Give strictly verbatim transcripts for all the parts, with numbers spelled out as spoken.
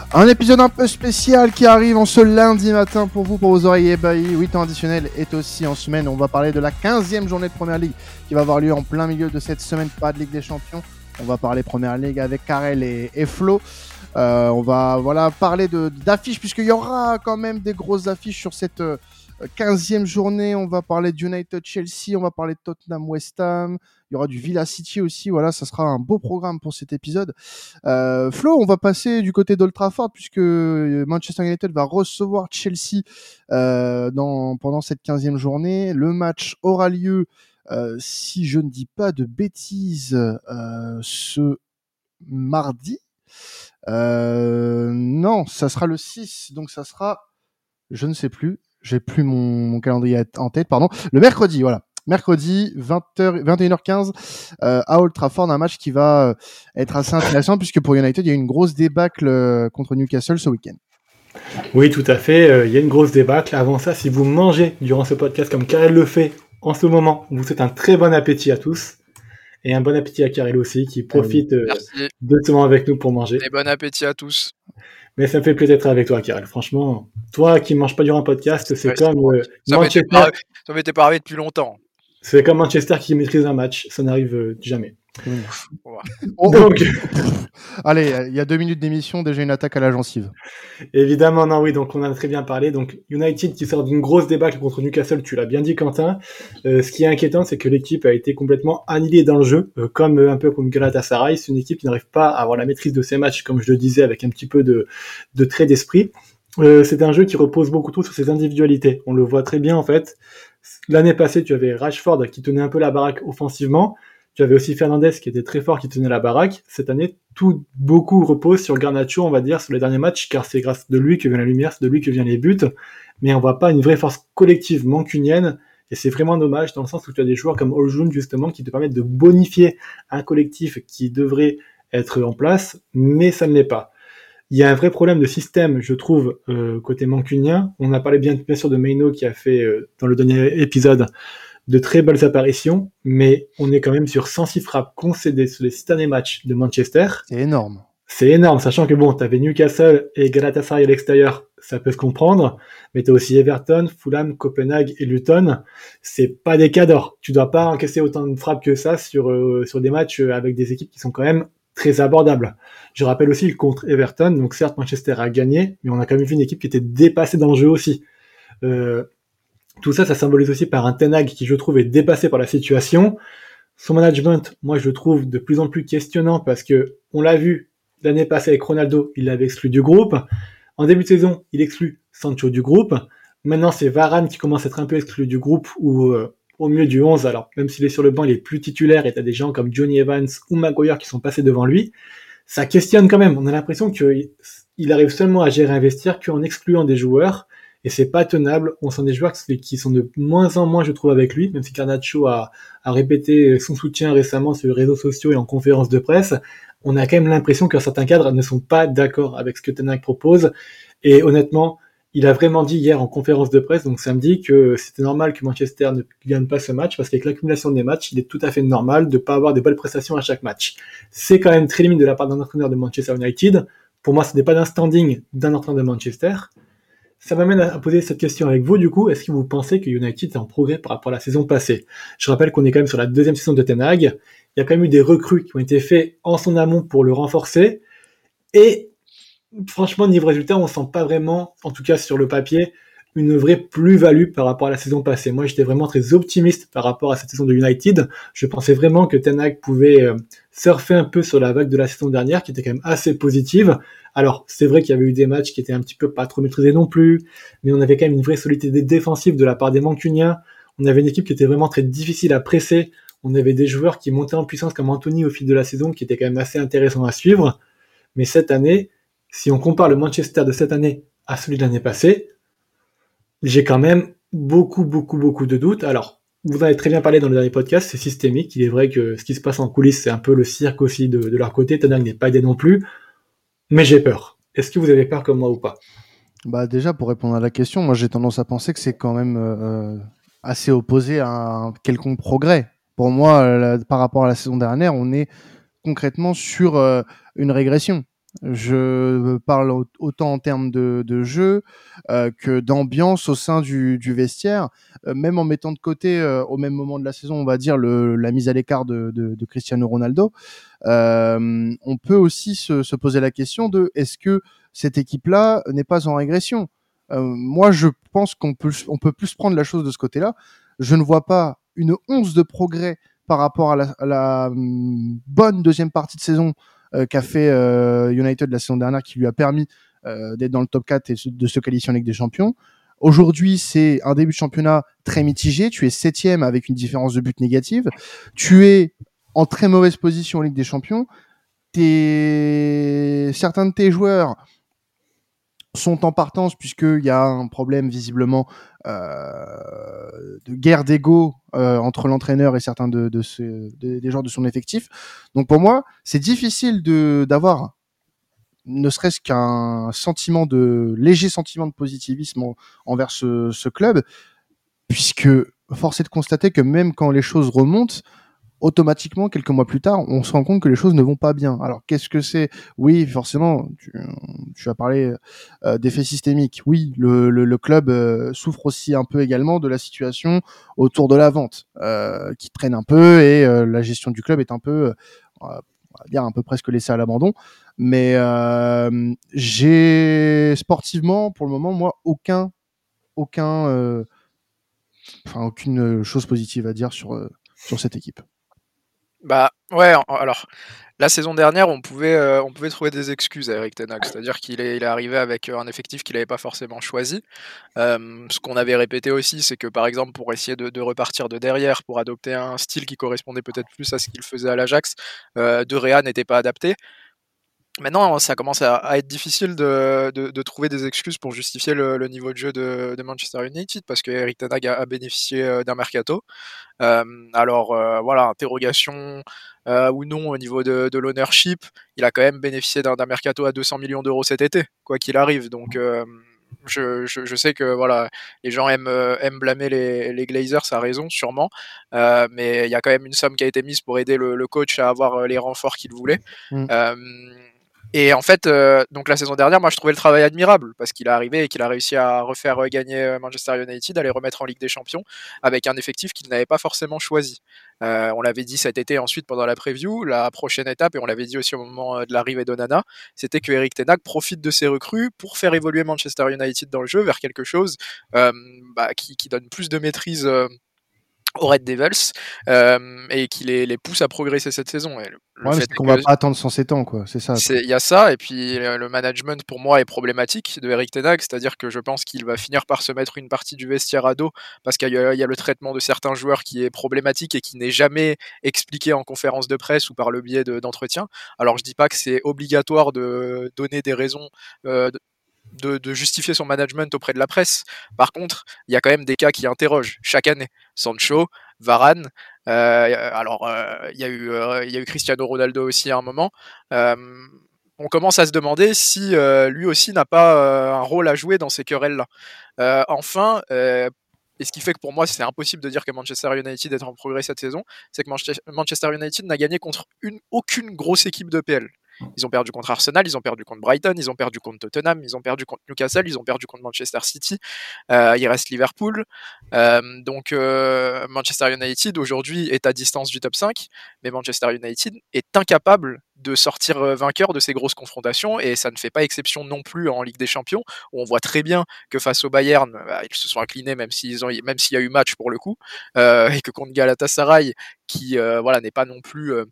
Un épisode un peu spécial qui arrive en ce lundi matin pour vous, pour vos oreilles ébahies. huit temps additionnel est aussi en semaine. On va parler de la quinzième journée de Première Ligue qui va avoir lieu en plein milieu de cette semaine, pas de Ligue des Champions. On va parler Première Ligue avec Karel et, et Flo. Euh, on va voilà, parler de, d'affiches puisqu'il y aura quand même des grosses affiches sur cette euh, quinzième journée. On va parler de United Chelsea, on va parler de Tottenham West Ham. Il y aura du Villa City aussi. Voilà, ça sera un beau programme pour cet épisode. Euh, Flo, on va passer du côté d'Old Trafford puisque Manchester United va recevoir Chelsea euh, dans, pendant cette quinzième journée. Le match aura lieu, euh, si je ne dis pas de bêtises, euh, ce mardi. Euh, non, ça sera le six, donc ça sera, je ne sais plus, j'ai plus mon, mon calendrier en tête, pardon, le mercredi, voilà. Mercredi, vingt heures, vingt et une heures quinze, euh, à Old Trafford, un match qui va euh, être assez intéressant puisque pour United, il y a eu une grosse débâcle euh, contre Newcastle ce week-end. Oui, tout à fait, euh, il y a une grosse débâcle. Avant ça, si vous mangez durant ce podcast comme Karel le fait en ce moment, on vous souhaite un très bon appétit à tous. Et un bon appétit à Karel aussi, qui profite euh, de ce moment avec nous pour manger. Et bon appétit à tous. Mais ça me fait plaisir d'être avec toi, Karel. Franchement, toi qui ne manges pas durant un podcast, c'est ouais, comme c'est euh, ça Manchester. M'était pas, ça m'était pas arrivé depuis longtemps. C'est comme Manchester qui maîtrise un match, ça n'arrive euh, jamais. Oh, donc, allez, il y a deux minutes d'émission, déjà une attaque à la gencive. Évidemment, non, oui, donc on en a très bien parlé. Donc United qui sort d'une grosse débâcle contre Newcastle, tu l'as bien dit, Quentin. Euh, ce qui est inquiétant, c'est que l'équipe a été complètement annihilée dans le jeu, euh, comme euh, un peu comme Galatasaray. C'est une équipe qui n'arrive pas à avoir la maîtrise de ses matchs, comme je le disais, avec un petit peu de, de trait d'esprit. Euh, c'est un jeu qui repose beaucoup trop sur ses individualités. On le voit très bien en fait. L'année passée, tu avais Rashford qui tenait un peu la baraque offensivement. Tu avais aussi Fernandes qui était très fort, qui tenait la baraque. Cette année, tout beaucoup repose sur Garnacho, on va dire, sur les derniers matchs, car c'est grâce de lui que vient la lumière, c'est de lui que viennent les buts. Mais on voit pas une vraie force collective mancunienne. Et c'est vraiment dommage dans le sens où tu as des joueurs comme Oljund, justement, qui te permettent de bonifier un collectif qui devrait être en place, mais ça ne l'est pas. Il y a un vrai problème de système, je trouve, euh, côté mancunien. On a parlé bien, bien sûr de Maino qui a fait, euh, dans le dernier épisode, de très belles apparitions, mais on est quand même sur cent six frappes concédées sur les six derniers matchs de Manchester. C'est énorme. C'est énorme, sachant que bon, t'avais Newcastle et Galatasaray à l'extérieur, ça peut se comprendre, mais t'as aussi Everton, Fulham, Copenhague et Luton. C'est pas des cadors. Tu dois pas encaisser autant de frappes que ça sur, euh, sur des matchs avec des équipes qui sont quand même très abordables. Je rappelle aussi que contre Everton, donc certes Manchester a gagné, mais on a quand même vu une équipe qui était dépassée dans le jeu aussi. Euh, Tout ça, ça symbolise aussi par un Ten Hag qui, je trouve, est dépassé par la situation. Son management, moi, je le trouve de plus en plus questionnant parce que, on l'a vu l'année passée avec Ronaldo, il l'avait exclu du groupe. En début de saison, il exclut Sancho du groupe. Maintenant, c'est Varane qui commence à être un peu exclu du groupe ou euh, au mieux du onze. Alors, même s'il est sur le banc, il est plus titulaire et t'as des gens comme Johnny Evans ou Maguire qui sont passés devant lui. Ça questionne quand même. On a l'impression qu'il arrive seulement à gérer un vestiaire qu'en excluant des joueurs. Et c'est pas tenable. On sent des joueurs qui sont de moins en moins, je trouve, avec lui, même si Garnacho a, a répété son soutien récemment sur les réseaux sociaux et en conférences de presse. On a quand même l'impression que certains cadres ne sont pas d'accord avec ce que Ten Hag propose. Et honnêtement, il a vraiment dit hier en conférence de presse, donc samedi, que c'était normal que Manchester ne gagne pas ce match, parce qu'avec l'accumulation des matchs, il est tout à fait normal de pas avoir des bonnes prestations à chaque match. C'est quand même très limite de la part d'un entraîneur de Manchester United. Pour moi, ce n'est pas d'un standing d'un entraîneur de Manchester. Ça m'amène à poser cette question avec vous, du coup. Est-ce que vous pensez que United est en progrès par rapport à la saison passée? Je rappelle qu'on est quand même sur la deuxième saison de Ten Hag. Il y a quand même eu des recrues qui ont été faites en son amont pour le renforcer. Et franchement, niveau résultat, on sent pas vraiment, en tout cas sur le papier, une vraie plus-value par rapport à la saison passée. Moi, j'étais vraiment très optimiste par rapport à cette saison de United. Je pensais vraiment que Ten Hag pouvait euh, surfer un peu sur la vague de la saison dernière, qui était quand même assez positive. Alors, c'est vrai qu'il y avait eu des matchs qui étaient un petit peu pas trop maîtrisés non plus, mais on avait quand même une vraie solidité défensive de la part des Mancuniens. On avait une équipe qui était vraiment très difficile à presser. On avait des joueurs qui montaient en puissance comme Anthony au fil de la saison, qui était quand même assez intéressant à suivre. Mais cette année, si on compare le Manchester de cette année à celui de l'année passée, j'ai quand même beaucoup, beaucoup, beaucoup de doutes. Alors, vous en avez très bien parlé dans le dernier podcast, c'est systémique. Il est vrai que ce qui se passe en coulisses, c'est un peu le cirque aussi de, de leur côté. Ten Hag n'est pas aidé non plus. Mais j'ai peur. Est-ce que vous avez peur comme moi ou pas? Bah déjà, pour répondre à la question, moi j'ai tendance à penser que c'est quand même euh, assez opposé à un quelconque progrès. Pour moi, euh, par rapport à la saison dernière, on est concrètement sur euh, une régression. Je parle autant en termes de, de jeu euh, que d'ambiance au sein du, du vestiaire, euh, même en mettant de côté euh, au même moment de la saison, on va dire, le, la mise à l'écart de, de, de Cristiano Ronaldo. Euh, on peut aussi se, se poser la question de est-ce que cette équipe-là n'est pas en régression. Euh, moi, je pense qu'on peut, on peut plus prendre la chose de ce côté-là. Je ne vois pas une once de progrès par rapport à la, à la hum, bonne deuxième partie de saison euh, qu'a fait euh, United la saison dernière, qui lui a permis euh, d'être dans le top quatre et de se qualifier en Ligue des Champions. Aujourd'hui, c'est un début de championnat très mitigé. Tu es septième avec une différence de but négative. Tu es en très mauvaise position en Ligue des Champions. T'es... Certains de tes joueurs sont en partance puisqu'il y a un problème visiblement euh, de guerre d'ego euh, entre l'entraîneur et certains de, de ce, de, des joueurs de son effectif. Donc pour moi, c'est difficile de, d'avoir ne serait-ce qu'un sentiment de léger sentiment de positivisme en, envers ce, ce club, puisque force est de constater que même quand les choses remontent, automatiquement, quelques mois plus tard, on se rend compte que les choses ne vont pas bien. Alors, qu'est-ce que c'est ? Oui, forcément, tu, tu as parlé euh, d'effets systémiques. Oui, le, le, le club euh, souffre aussi un peu également de la situation autour de la vente, euh, qui traîne un peu, et euh, la gestion du club est un peu, euh, on va dire, un peu presque laissée à l'abandon. Mais euh, j'ai sportivement, pour le moment, moi, aucun, aucun, euh, enfin, aucune chose positive à dire sur, euh, sur cette équipe. Bah ouais, alors la saison dernière, on pouvait, euh, on pouvait trouver des excuses à Erik ten Hag, c'est-à-dire qu'il est, il est arrivé avec un effectif qu'il n'avait pas forcément choisi. Euh, ce qu'on avait répété aussi, c'est que par exemple, pour essayer de, de repartir de derrière, pour adopter un style qui correspondait peut-être plus à ce qu'il faisait à l'Ajax, euh, De Gea n'était pas adapté. Maintenant, ça commence à, à être difficile de, de, de trouver des excuses pour justifier le, le niveau de jeu de, de Manchester United, parce que Erik ten Hag a, a bénéficié d'un mercato. Euh, alors euh, voilà, interrogation euh, ou non au niveau de, de l'ownership, il a quand même bénéficié d'un, d'un mercato à deux cents millions d'euros cet été, quoi qu'il arrive. Donc euh, je, je, je sais que voilà, les gens aiment, euh, aiment blâmer les, les Glazers, ça a raison, sûrement, euh, mais il y a quand même une somme qui a été mise pour aider le, le coach à avoir les renforts qu'il voulait. Mm. Euh, Et en fait, euh, donc la saison dernière, moi je trouvais le travail admirable parce qu'il est arrivé et qu'il a réussi à refaire gagner Manchester United, à les remettre en Ligue des Champions avec un effectif qu'il n'avait pas forcément choisi. Euh, on l'avait dit cet été ensuite pendant la preview, la prochaine étape, et on l'avait dit aussi au moment de l'arrivée d'Onana, c'était que Erik ten Hag profite de ses recrues pour faire évoluer Manchester United dans le jeu vers quelque chose euh, bah, qui, qui donne plus de maîtrise. Euh, aux Red Devils euh, et qui les, les pousse à progresser cette saison. Et le, le Ouais, fait c'est qu'on que va pas attendre cent sept ans, quoi. C'est ça. il y a ça, et puis le management pour moi est problématique de Erik ten Hag, c'est-à-dire que je pense qu'il va finir par se mettre une partie du vestiaire à dos parce qu'il y a, il y a le traitement de certains joueurs qui est problématique et qui n'est jamais expliqué en conférence de presse ou par le biais de, d'entretiens. Alors je dis pas que c'est obligatoire de donner des raisons euh, de, De, de justifier son management auprès de la presse. Par contre, il y a quand même des cas qui interrogent chaque année. Sancho, Varane, euh, alors euh, il y a eu euh, il y a eu Cristiano Ronaldo aussi à un moment. Euh, on commence à se demander si euh, lui aussi n'a pas euh, un rôle à jouer dans ces querelles-là. Euh, enfin, euh, et ce qui fait que pour moi c'est impossible de dire que Manchester United est en progrès cette saison, c'est que Manchester United n'a gagné contre une, aucune grosse équipe de P L. Ils ont perdu contre Arsenal, ils ont perdu contre Brighton, ils ont perdu contre Tottenham, ils ont perdu contre Newcastle, ils ont perdu contre Manchester City, euh, il reste Liverpool. Euh, donc euh, Manchester United aujourd'hui est à distance du top cinq, mais Manchester United est incapable de sortir vainqueur de ces grosses confrontations, et ça ne fait pas exception non plus en Ligue des Champions, où on voit très bien que face au Bayern, bah, ils se sont inclinés même s'ils ont, même s'il y a eu match pour le coup, euh, et que contre Galatasaray, qui euh, voilà n'est pas non plus euh,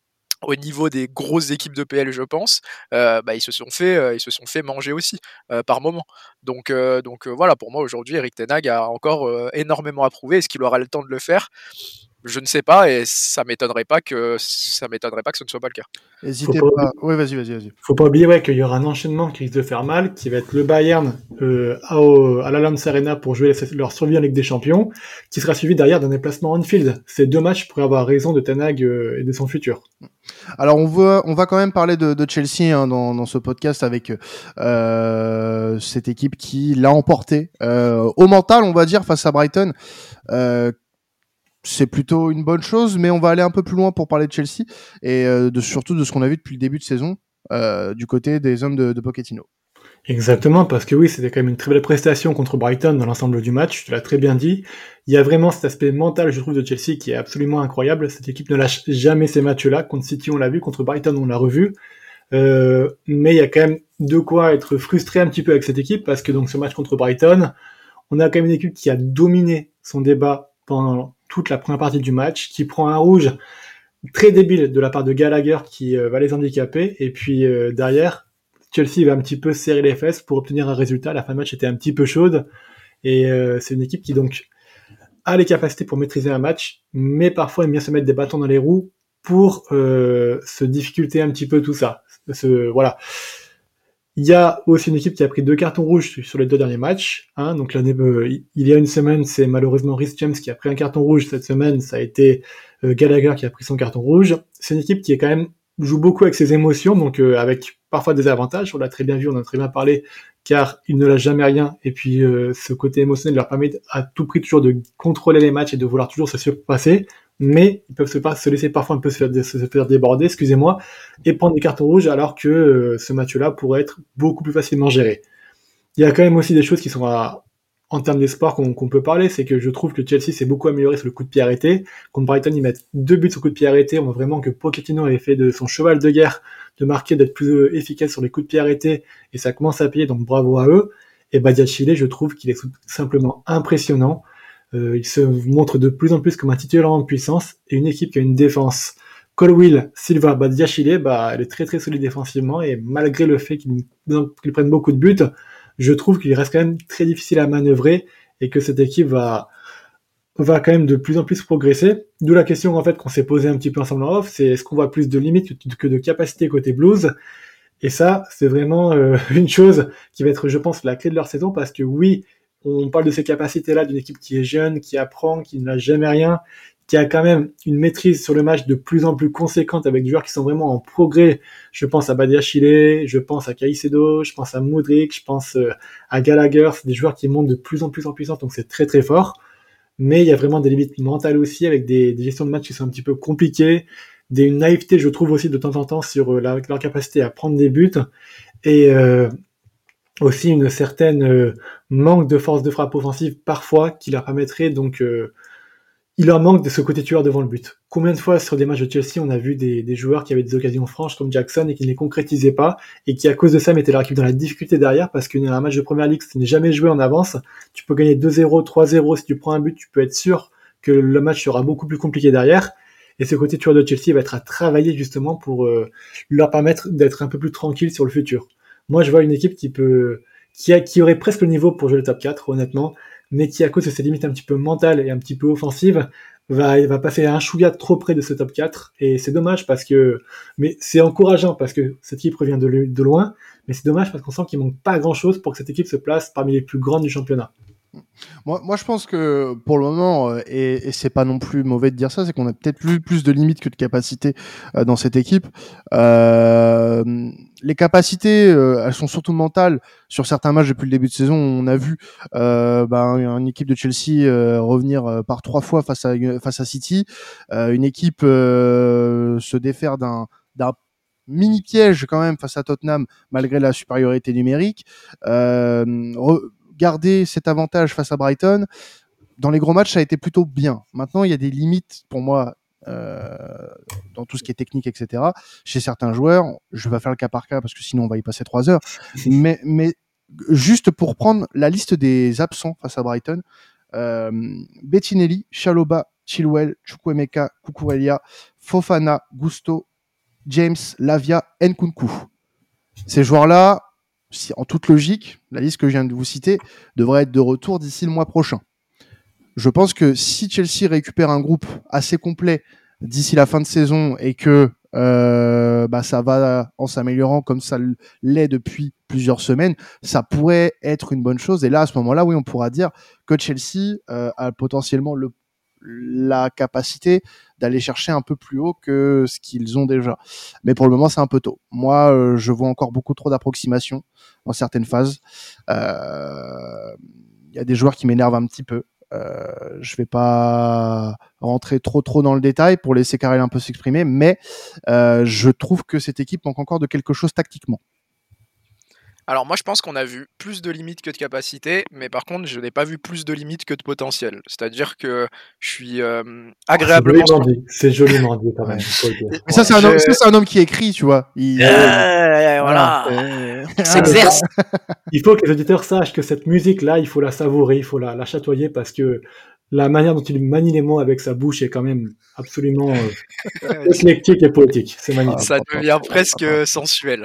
au niveau des grosses équipes de P L, je pense, euh, bah, ils se sont fait, euh, ils se sont fait manger aussi euh, par moment. Donc, euh, donc euh, voilà, pour moi aujourd'hui, Erik ten Hag a encore euh, énormément à prouver. Est-ce qu'il aura le temps de le faire ? Je ne sais pas, et ça m'étonnerait pas que ça m'étonnerait pas que ce ne soit pas le cas. N'hésitez pas. pas. Oui, vas-y, vas-y, vas-y. Faut pas oublier ouais, qu'il y aura un enchaînement qui risque de faire mal, qui va être le Bayern euh, à, à l'Allianz Arena pour jouer leur survie en Ligue des Champions, qui sera suivi derrière d'un déplacement Anfield. Ces deux matchs pourraient avoir raison de ten Hag euh, et de son futur. Alors on va, on va quand même parler de, de Chelsea hein, dans, dans ce podcast avec euh, cette équipe qui l'a emporté euh, au mental, on va dire, face à Brighton. Euh, c'est plutôt une bonne chose, mais on va aller un peu plus loin pour parler de Chelsea et euh, de, surtout de ce qu'on a vu depuis le début de saison. euh, du côté des hommes de, de Pochettino. Exactement, parce que oui, c'était quand même une très belle prestation contre Brighton dans l'ensemble du match, tu l'as très bien dit. Il y a vraiment cet aspect mental, je trouve, de Chelsea qui est absolument incroyable. Cette équipe ne lâche jamais ces matchs-là. Contre City, on l'a vu, contre Brighton, on l'a revu. Euh, mais il y a quand même de quoi être frustré un petit peu avec cette équipe, parce que donc ce match contre Brighton, on a quand même une équipe qui a dominé son débat pendant toute la première partie du match, qui prend un rouge très débile de la part de Gallagher qui euh, va les handicaper, et puis euh, derrière, Chelsea va un petit peu serrer les fesses pour obtenir un résultat. La fin de match était un petit peu chaude, et euh, c'est une équipe qui donc a les capacités pour maîtriser un match, mais parfois aime bien se mettre des bâtons dans les roues pour euh, se difficulter un petit peu tout ça. Ce, voilà. Il y a aussi une équipe qui a pris deux cartons rouges sur les deux derniers matchs. Hein, donc l'année, euh, il y a une semaine, c'est malheureusement Reece James qui a pris un carton rouge. Cette semaine, ça a été euh, Gallagher qui a pris son carton rouge. C'est une équipe qui est quand même joue beaucoup avec ses émotions, donc euh, avec parfois des avantages. On l'a très bien vu, on en a très bien parlé, car il ne lâchent jamais rien. Et puis euh, ce côté émotionnel leur permet à tout prix toujours de contrôler les matchs et de vouloir toujours se surpasser. Mais ils peuvent se, pas, se laisser parfois un peu se faire, se faire déborder, excusez-moi, et prendre des cartons rouges alors que euh, ce match-là pourrait être beaucoup plus facilement géré. Il y a quand même aussi des choses qui sont à, en termes d'espoir qu'on, qu'on peut parler, c'est que je trouve que Chelsea s'est beaucoup amélioré sur le coup de pied arrêté. Contre Brighton, ils mettent deux buts sur coup de pied arrêté. On voit vraiment que Pochettino avait fait de son cheval de guerre de marquer, d'être plus efficace sur les coups de pied arrêtés, et ça commence à payer, donc bravo à eux. Et Badiashile, je trouve qu'il est simplement impressionnant. Euh, il se montre de plus en plus comme un titulaire en puissance, et une équipe qui a une défense Colwill, Silva, Badiashile, bah, elle est très très solide défensivement, et malgré le fait qu'ils, qu'ils prennent beaucoup de buts, je trouve qu'il reste quand même très difficile à manœuvrer, et que cette équipe va, va quand même de plus en plus progresser. D'où la question en fait qu'on s'est posé un petit peu ensemble en off, c'est est-ce qu'on voit plus de limites que de capacités côté Blues? Et ça, c'est vraiment euh, une chose qui va être, je pense, la clé de leur saison, parce que oui, on parle de ces capacités-là d'une équipe qui est jeune, qui apprend, qui n'a jamais rien, qui a quand même une maîtrise sur le match de plus en plus conséquente avec des joueurs qui sont vraiment en progrès. Je pense à Badiashile, je pense à Caicedo, je pense à Mudryk, je pense euh, à Gallagher. C'est des joueurs qui montent de plus en plus en puissance, donc c'est très très fort. Mais il y a vraiment des limites mentales aussi, avec des, des gestions de match qui sont un petit peu compliquées, des, une naïveté, je trouve aussi de temps en temps sur euh, la, leur capacité à prendre des buts, et euh, aussi une certaine euh, manque de force de frappe offensive parfois qui leur permettrait donc euh, il leur manque de ce côté tueur devant le but. Combien de fois sur des matchs de Chelsea on a vu des, des joueurs qui avaient des occasions franches comme Jackson et qui ne les concrétisaient pas, et qui à cause de ça mettaient leur équipe dans la difficulté derrière, parce qu'un match de Première Ligue, ce n'est jamais joué en avance. Tu peux gagner deux zéro, trois zéro, si tu prends un but, tu peux être sûr que le match sera beaucoup plus compliqué derrière. Et ce côté tueur de Chelsea va être à travailler justement pour euh, leur permettre d'être un peu plus tranquille sur le futur. Moi, je vois une équipe qui peut, qui, a, qui aurait presque le niveau pour jouer le top quatre, honnêtement, mais qui, à cause de ses limites un petit peu mentales et un petit peu offensives, va, va passer un chouïa trop près de ce top quatre. Et c'est dommage parce que, mais c'est encourageant parce que cette équipe revient de, de loin, mais c'est dommage parce qu'on sent qu'il manque pas grand chose pour que cette équipe se place parmi les plus grandes du championnat. Moi, moi, je pense que pour le moment, euh, et, et c'est pas non plus mauvais de dire ça, c'est qu'on a peut-être plus, plus de limites que de capacités euh, dans cette équipe. Euh, les capacités, euh, elles sont surtout mentales. Sur certains matchs depuis le début de saison, on a vu euh, ben, une équipe de Chelsea euh, revenir euh, par trois fois face à face à City, euh, une équipe euh, se défaire d'un d'un mini piège quand même face à Tottenham malgré la supériorité numérique. Euh, re- garder cet avantage face à Brighton, dans les gros matchs, ça a été plutôt bien. Maintenant, il y a des limites pour moi euh, dans tout ce qui est technique, et cetera. Chez certains joueurs, je vais faire le cas par cas parce que sinon on va y passer trois heures. mais, mais juste pour prendre la liste des absents face à Brighton, euh, Bettinelli, Chalobah, Chilwell, Chukwuemeka, Cucurella, Fofana, Gusto, James, Lavia, Nkunku. Ces joueurs-là, si, en toute logique, la liste que je viens de vous citer devrait être de retour d'ici le mois prochain. Je pense que si Chelsea récupère un groupe assez complet d'ici la fin de saison et que euh, bah, ça va en s'améliorant comme ça l'est depuis plusieurs semaines, ça pourrait être une bonne chose. Et là, à ce moment-là, oui, on pourra dire que Chelsea euh, a potentiellement le la capacité d'aller chercher un peu plus haut que ce qu'ils ont déjà. Mais pour le moment, c'est un peu tôt. Moi, euh, je vois encore beaucoup trop d'approximations dans certaines phases. Il euh, y a des joueurs qui m'énervent un petit peu. Euh, je vais pas rentrer trop trop dans le détail pour laisser Karel un peu s'exprimer, mais euh, je trouve que cette équipe manque encore de quelque chose tactiquement. Alors moi je pense qu'on a vu plus de limites que de capacités, mais par contre je n'ai pas vu plus de limites que de potentiel. C'est-à-dire que je suis euh, agréablement... C'est joliment dit, c'est joliment dit quand même. Ouais. faut le dire. Mais Ouais. ça c'est un Je- homme, ça c'est un homme qui écrit, tu vois. Il, Euh, voilà. voilà. Euh, Il s'exerce. Il faut que les auditeurs sachent que cette musique-là, il faut la savourer, il faut la, la chatoyer parce que la manière dont il manie les mots avec sa bouche est quand même absolument euh, éclectique et poétique. C'est magnifique. Ça devient presque sensuel.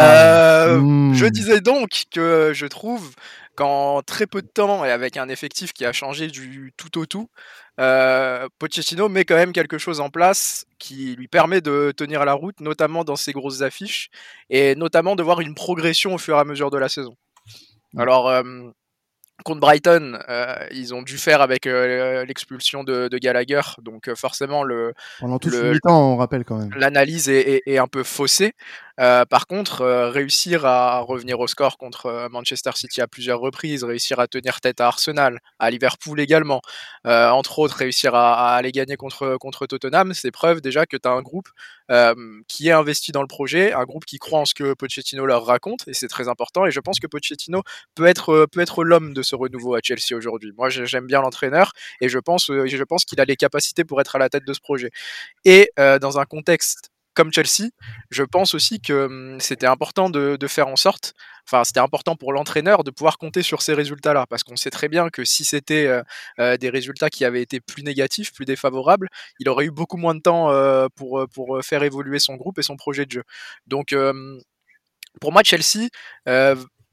Ah, Euh, mm. Je disais donc que je trouve qu'en très peu de temps et avec un effectif qui a changé du tout au tout, euh, Pochettino met quand même quelque chose en place qui lui permet de tenir la route, notamment dans ses grosses affiches et notamment de voir une progression au fur et à mesure de la saison. Mm. Alors, euh, contre Brighton, euh, ils ont dû faire avec euh, l'expulsion de, de Gallagher, donc euh, forcément le, Pendant toute le, une mi-temps, on rappelle quand même. l'analyse est, est, est un peu faussée. Euh, par contre, euh, réussir à revenir au score contre euh, Manchester City à plusieurs reprises, réussir à tenir tête à Arsenal, à Liverpool également, euh, entre autres réussir à, à aller gagner contre, contre Tottenham, c'est preuve déjà que tu as un groupe euh, qui est investi dans le projet, un groupe qui croit en ce que Pochettino leur raconte, et c'est très important, et je pense que Pochettino peut être, peut être l'homme de ce renouveau à Chelsea aujourd'hui. Moi j'aime bien l'entraîneur, et je pense, je pense qu'il a les capacités pour être à la tête de ce projet. Et euh, dans un contexte comme Chelsea, je pense aussi que hum, c'était important de, de faire en sorte, enfin c'était important pour l'entraîneur de pouvoir compter sur ces résultats-là, parce qu'on sait très bien que si c'était euh, euh, des résultats qui avaient été plus négatifs, plus défavorables, il aurait eu beaucoup moins de temps euh, pour, pour faire évoluer son groupe et son projet de jeu. Donc euh, pour moi, Chelsea... Euh,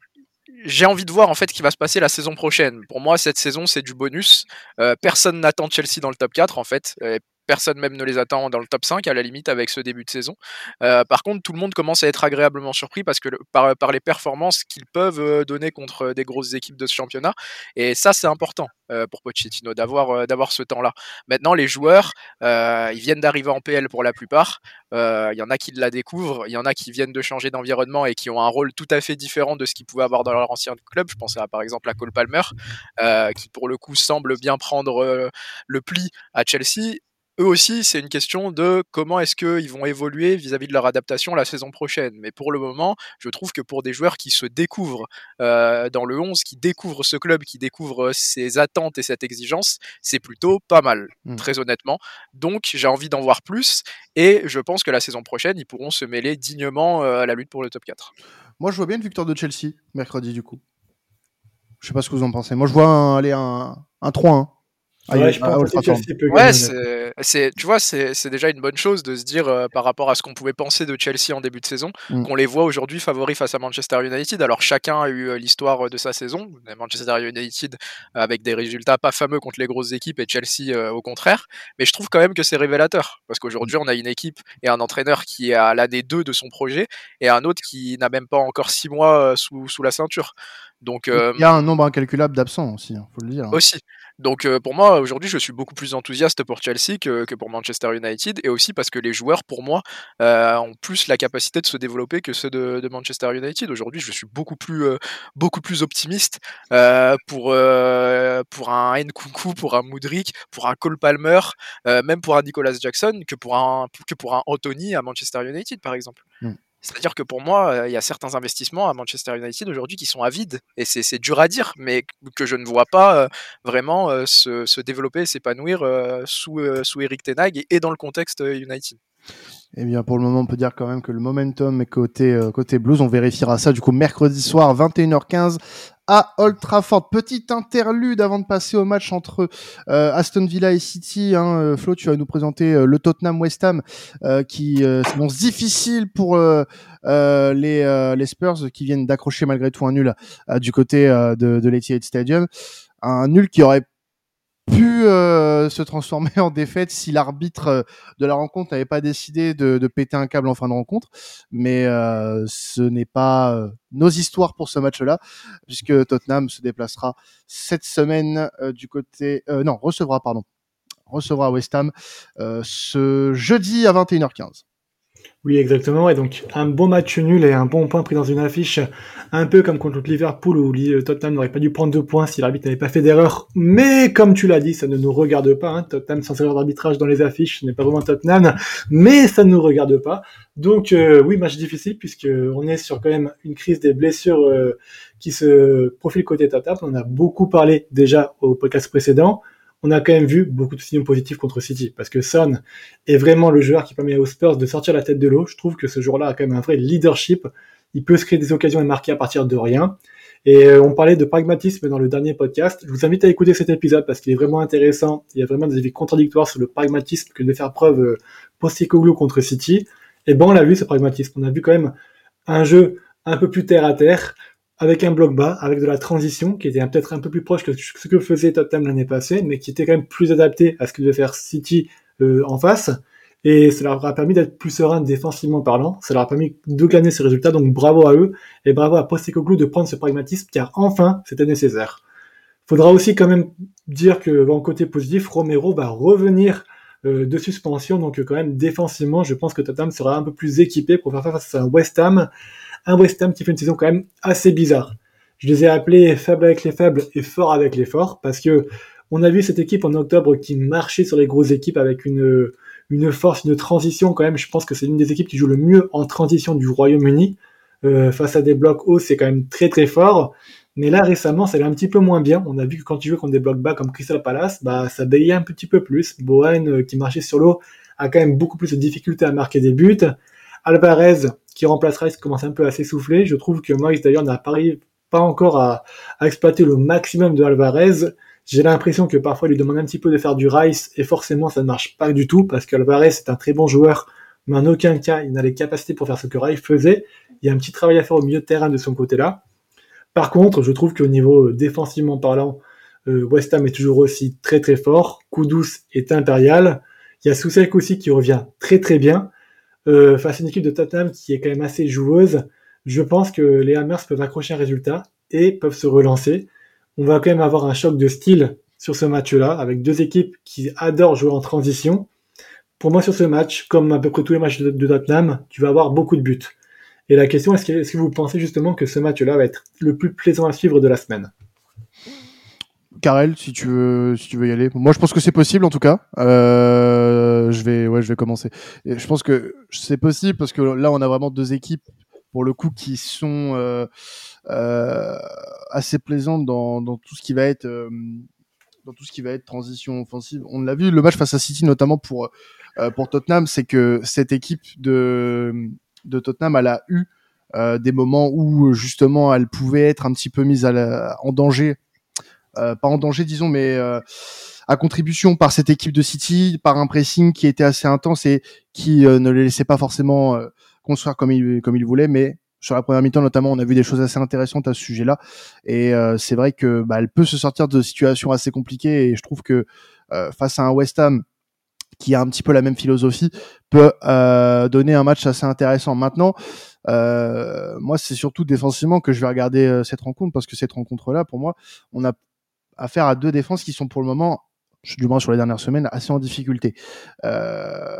j'ai envie de voir en fait ce qui va se passer la saison prochaine. Pour moi, cette saison, c'est du bonus. Euh, personne n'attend Chelsea dans le top quatre en fait. Euh, personne même ne les attend dans le top cinq à la limite avec ce début de saison. Euh, par contre, tout le monde commence à être agréablement surpris parce que le, par, par les performances qu'ils peuvent euh, donner contre des grosses équipes de ce championnat. Et ça, c'est important euh, pour Pochettino d'avoir euh, d'avoir ce temps-là. Maintenant, les joueurs, euh, ils viennent d'arriver en P L pour la plupart. Il euh, y en a qui la découvrent, il y en a qui viennent de changer d'environnement et qui ont un rôle tout à fait différent de ce qu'ils pouvaient avoir dans leur ancien club. Je pense à, par exemple à Cole Palmer, euh, qui pour le coup semble bien prendre euh, le pli à Chelsea. Eux aussi, c'est une question de comment est-ce qu'ils vont évoluer vis-à-vis de leur adaptation la saison prochaine. Mais pour le moment, je trouve que pour des joueurs qui se découvrent euh, dans le onze, qui découvrent ce club, qui découvrent ses attentes et cette exigence, c'est plutôt pas mal, mmh. très honnêtement. Donc j'ai envie d'en voir plus et je pense que la saison prochaine, ils pourront se mêler dignement euh, à la lutte pour le top quatre. Moi, je vois bien une victoire de Chelsea, mercredi du coup. Je sais pas ce que vous en pensez. Moi, je vois un, aller un, un trois un. Ah, ouais, je pense que Chelsea peut ouais, c'est, c'est, tu vois, c'est, c'est déjà une bonne chose de se dire euh, par rapport à ce qu'on pouvait penser de Chelsea en début de saison, mm. qu'on les voit aujourd'hui favoris face à Manchester United. Alors chacun a eu l'histoire de sa saison. Manchester United avec des résultats pas fameux contre les grosses équipes et Chelsea euh, au contraire. Mais je trouve quand même que c'est révélateur parce qu'aujourd'hui on a une équipe et un entraîneur qui est à l'année deux de son projet et un autre qui n'a même pas encore six mois sous, sous la ceinture. Donc, euh, il y a un nombre incalculable d'absents aussi, hein, faut le dire. Hein. Aussi. Donc euh, pour moi, aujourd'hui, je suis beaucoup plus enthousiaste pour Chelsea que, que pour Manchester United, et aussi parce que les joueurs, pour moi, euh, ont plus la capacité de se développer que ceux de, de Manchester United. Aujourd'hui, je suis beaucoup plus, euh, beaucoup plus optimiste euh, pour, euh, pour un Nkunku, pour un Mudryk, pour un Cole Palmer, euh, même pour un Nicolas Jackson, que pour un, que pour un Anthony à Manchester United, par exemple. Mm. C'est-à-dire que pour moi, il y a certains investissements à Manchester United aujourd'hui qui sont avides, et c'est, c'est dur à dire, mais que je ne vois pas euh, vraiment euh, se, se développer et s'épanouir euh, sous, euh, sous Eric Ten Hag et, et dans le contexte euh, United. Eh bien, pour le moment, on peut dire quand même que le momentum est côté, euh, côté Blues. On vérifiera ça, du coup, mercredi soir, vingt et une heures quinze, à Old Trafford. Petite interlude avant de passer au match entre euh, Aston Villa et City. Hein. Euh, Flo, tu vas nous présenter euh, le Tottenham West Ham euh, qui euh, s'annonce difficile pour euh, euh, les, euh, les Spurs qui viennent d'accrocher malgré tout un nul euh, du côté euh, de, de l'Etihad Stadium. Un nul qui aurait pu euh, se transformer en défaite si l'arbitre euh, de la rencontre n'avait pas décidé de, de péter un câble en fin de rencontre. Mais euh, ce n'est pas euh, nos histoires pour ce match-là, puisque Tottenham se déplacera cette semaine euh, du côté... Euh, non, recevra, pardon. Recevra West Ham euh, ce jeudi à vingt et une heures quinze. Oui, exactement. Et donc, un bon match nul et un bon point pris dans une affiche, un peu comme contre Liverpool où Tottenham n'aurait pas dû prendre deux points si l'arbitre n'avait pas fait d'erreur. Mais comme tu l'as dit, ça ne nous regarde pas. Hein. Tottenham sans erreur d'arbitrage dans les affiches, ce n'est pas vraiment Tottenham, mais ça ne nous regarde pas. Donc, euh, oui, match difficile puisque on est sur quand même une crise des blessures euh, qui se profile côté Tottenham. On en a beaucoup parlé déjà au podcast précédent. On a quand même vu beaucoup de signaux positifs contre City parce que Son est vraiment le joueur qui permet aux Spurs de sortir la tête de l'eau. Je trouve que ce joueur-là a quand même un vrai leadership. Il peut se créer des occasions et marquer à partir de rien. Et euh, on parlait de pragmatisme dans le dernier podcast. Je vous invite à écouter cet épisode parce qu'il est vraiment intéressant. Il y a vraiment des avis contradictoires sur le pragmatisme que de faire preuve euh, Postecoglou contre City. Et ben on l'a vu ce pragmatisme. On a vu quand même un jeu un peu plus terre à terre, avec un bloc bas, avec de la transition, qui était peut-être un peu plus proche que ce que faisait Tottenham l'année passée, mais qui était quand même plus adapté à ce que devait faire City euh, en face. Et ça leur a permis d'être plus serein défensivement parlant. Ça leur a permis de gagner ces résultats. Donc bravo à eux et bravo à Postecoglou de prendre ce pragmatisme, car enfin, c'était nécessaire. Faudra aussi quand même dire que, en côté positif, Romero va revenir euh, de suspension. Donc quand même, défensivement, je pense que Tottenham sera un peu plus équipé pour faire face à un West Ham. Un West Ham qui fait une saison quand même assez bizarre. Je les ai appelés faibles avec les faibles et forts avec les forts, parce que on a vu cette équipe en octobre qui marchait sur les grosses équipes avec une, une force, une transition quand même. Je pense que c'est l'une des équipes qui joue le mieux en transition du Royaume-Uni. Euh, face à des blocs hauts, c'est quand même très très fort. Mais là, récemment, ça allait un petit peu moins bien. On a vu que quand tu joues contre des blocs bas comme Crystal Palace, bah, ça bégayait un petit peu plus. Bowen, euh, qui marchait sur l'eau, a quand même beaucoup plus de difficultés à marquer des buts. Alvarez, qui remplace Rice, commence un peu à s'essouffler. Je trouve que Moyes, d'ailleurs, n'a pas encore à, à exploiter le maximum de Alvarez. J'ai l'impression que parfois, il lui demande un petit peu de faire du Rice, et forcément, ça ne marche pas du tout, parce qu'Alvarez, c'est un très bon joueur, mais en aucun cas, il n'a les capacités pour faire ce que Rice faisait. Il y a un petit travail à faire au milieu de terrain de son côté-là. Par contre, je trouve qu'au niveau défensivement parlant, euh, West Ham est toujours aussi très très fort. Kudus est impérial. Il y a Soucek aussi qui revient très très bien. Euh, face à une équipe de Tottenham qui est quand même assez joueuse, je pense que les Hammers peuvent accrocher un résultat et peuvent se relancer. On va quand même avoir un choc de style sur ce match-là, avec deux équipes qui adorent jouer en transition. Pour moi, sur ce match, comme à peu près tous les matchs de, de Tottenham, tu vas avoir beaucoup de buts. Et la question, est-ce que, est-ce que vous pensez justement que ce match-là va être le plus plaisant à suivre de la semaine ? Karel, si tu veux, si tu veux y aller. Moi, je pense que c'est possible en tout cas. Euh, je vais, ouais, je vais commencer. Et je pense que c'est possible parce que là, on a vraiment deux équipes pour le coup qui sont euh, euh, assez plaisantes dans, dans tout ce qui va être euh, dans tout ce qui va être transition offensive. On l'a vu le match face à City notamment pour euh, pour Tottenham, c'est que cette équipe de de Tottenham, elle a eu euh, des moments où justement elle pouvait être un petit peu mise à la, en danger. Euh, pas en danger disons, mais euh, à contribution par cette équipe de City, par un pressing qui était assez intense et qui euh, ne les laissait pas forcément euh, construire comme ils comme ils voulaient, mais sur la première mi-temps notamment, on a vu des choses assez intéressantes à ce sujet-là, et euh, c'est vrai que bah, elle peut se sortir de situations assez compliquées, et je trouve que euh, face à un West Ham qui a un petit peu la même philosophie, peut euh, donner un match assez intéressant. Maintenant, euh, moi, c'est surtout défensivement que je vais regarder euh, cette rencontre, parce que cette rencontre-là, pour moi, on a affaire à deux défenses qui sont pour le moment, du moins sur les dernières semaines, assez en difficulté. Euh,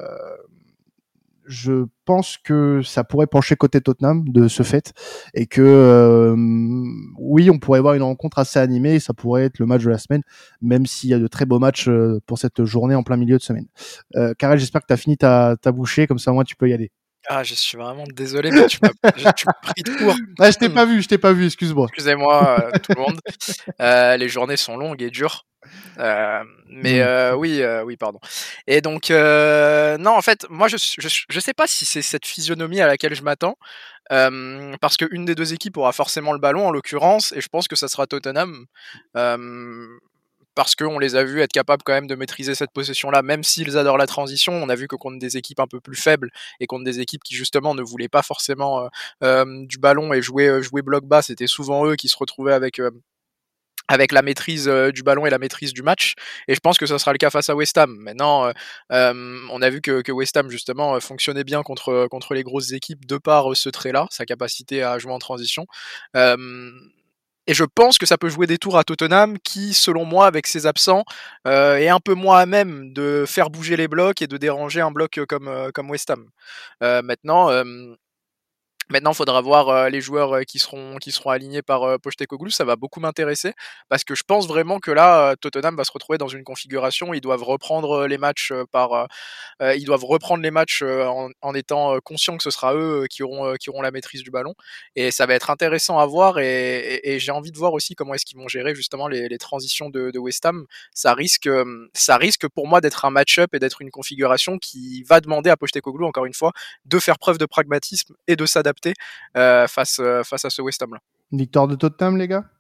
je pense que ça pourrait pencher côté Tottenham de ce fait, et que euh, oui, on pourrait voir une rencontre assez animée, et ça pourrait être le match de la semaine, même s'il y a de très beaux matchs euh, pour cette journée en plein milieu de semaine. Euh, Karel, j'espère que tu as fini ta, ta bouchée, comme ça moi tu peux y aller. Ah, je suis vraiment désolé, mais tu m'as, tu m'as pris de court. Ah, je t'ai pas vu, je t'ai pas vu, excuse-moi. Excusez-moi, euh, tout le monde. Euh, les journées sont longues et dures. Euh, mais euh, oui, euh, oui, pardon. Et donc, euh, non, en fait, moi, je, je, je sais pas si c'est cette physionomie à laquelle je m'attends, euh, parce qu'une des deux équipes aura forcément le ballon, en l'occurrence, et je pense que ça sera Tottenham. Euh, parce qu'on les a vus être capables quand même de maîtriser cette possession-là, même s'ils adorent la transition. On a vu que contre des équipes un peu plus faibles et contre des équipes qui justement ne voulaient pas forcément euh, euh, du ballon et jouer, euh, jouer bloc bas, c'était souvent eux qui se retrouvaient avec... Euh, avec la maîtrise euh, du ballon et la maîtrise du match, et je pense que ça sera le cas face à West Ham. Maintenant, euh, euh, on a vu que, que West Ham justement euh, fonctionnait bien contre, contre les grosses équipes de par euh, ce trait-là, sa capacité à jouer en transition. Euh, Et je pense que ça peut jouer des tours à Tottenham qui, selon moi, avec ses absents, euh, est un peu moins à même de faire bouger les blocs et de déranger un bloc comme, euh, comme West Ham. Euh, maintenant... Euh, Maintenant, il faudra voir euh, les joueurs euh, qui seront qui seront alignés par euh, Postecoglou. Ça va beaucoup m'intéresser parce que je pense vraiment que là, euh, Tottenham va se retrouver dans une configuration où ils doivent reprendre euh, les matchs euh, par euh, euh, ils doivent reprendre les matchs euh, en, en étant euh, conscients que ce sera eux euh, qui auront euh, qui auront la maîtrise du ballon. Et ça va être intéressant à voir. Et, et, et j'ai envie de voir aussi comment est-ce qu'ils vont gérer justement les, les transitions de, de West Ham. Ça risque euh, ça risque pour moi d'être un match-up et d'être une configuration qui va demander à Postecoglou encore une fois de faire preuve de pragmatisme et de s'adapter Euh, face, euh, face à ce West Ham là. Une victoire de Tottenham, les gars?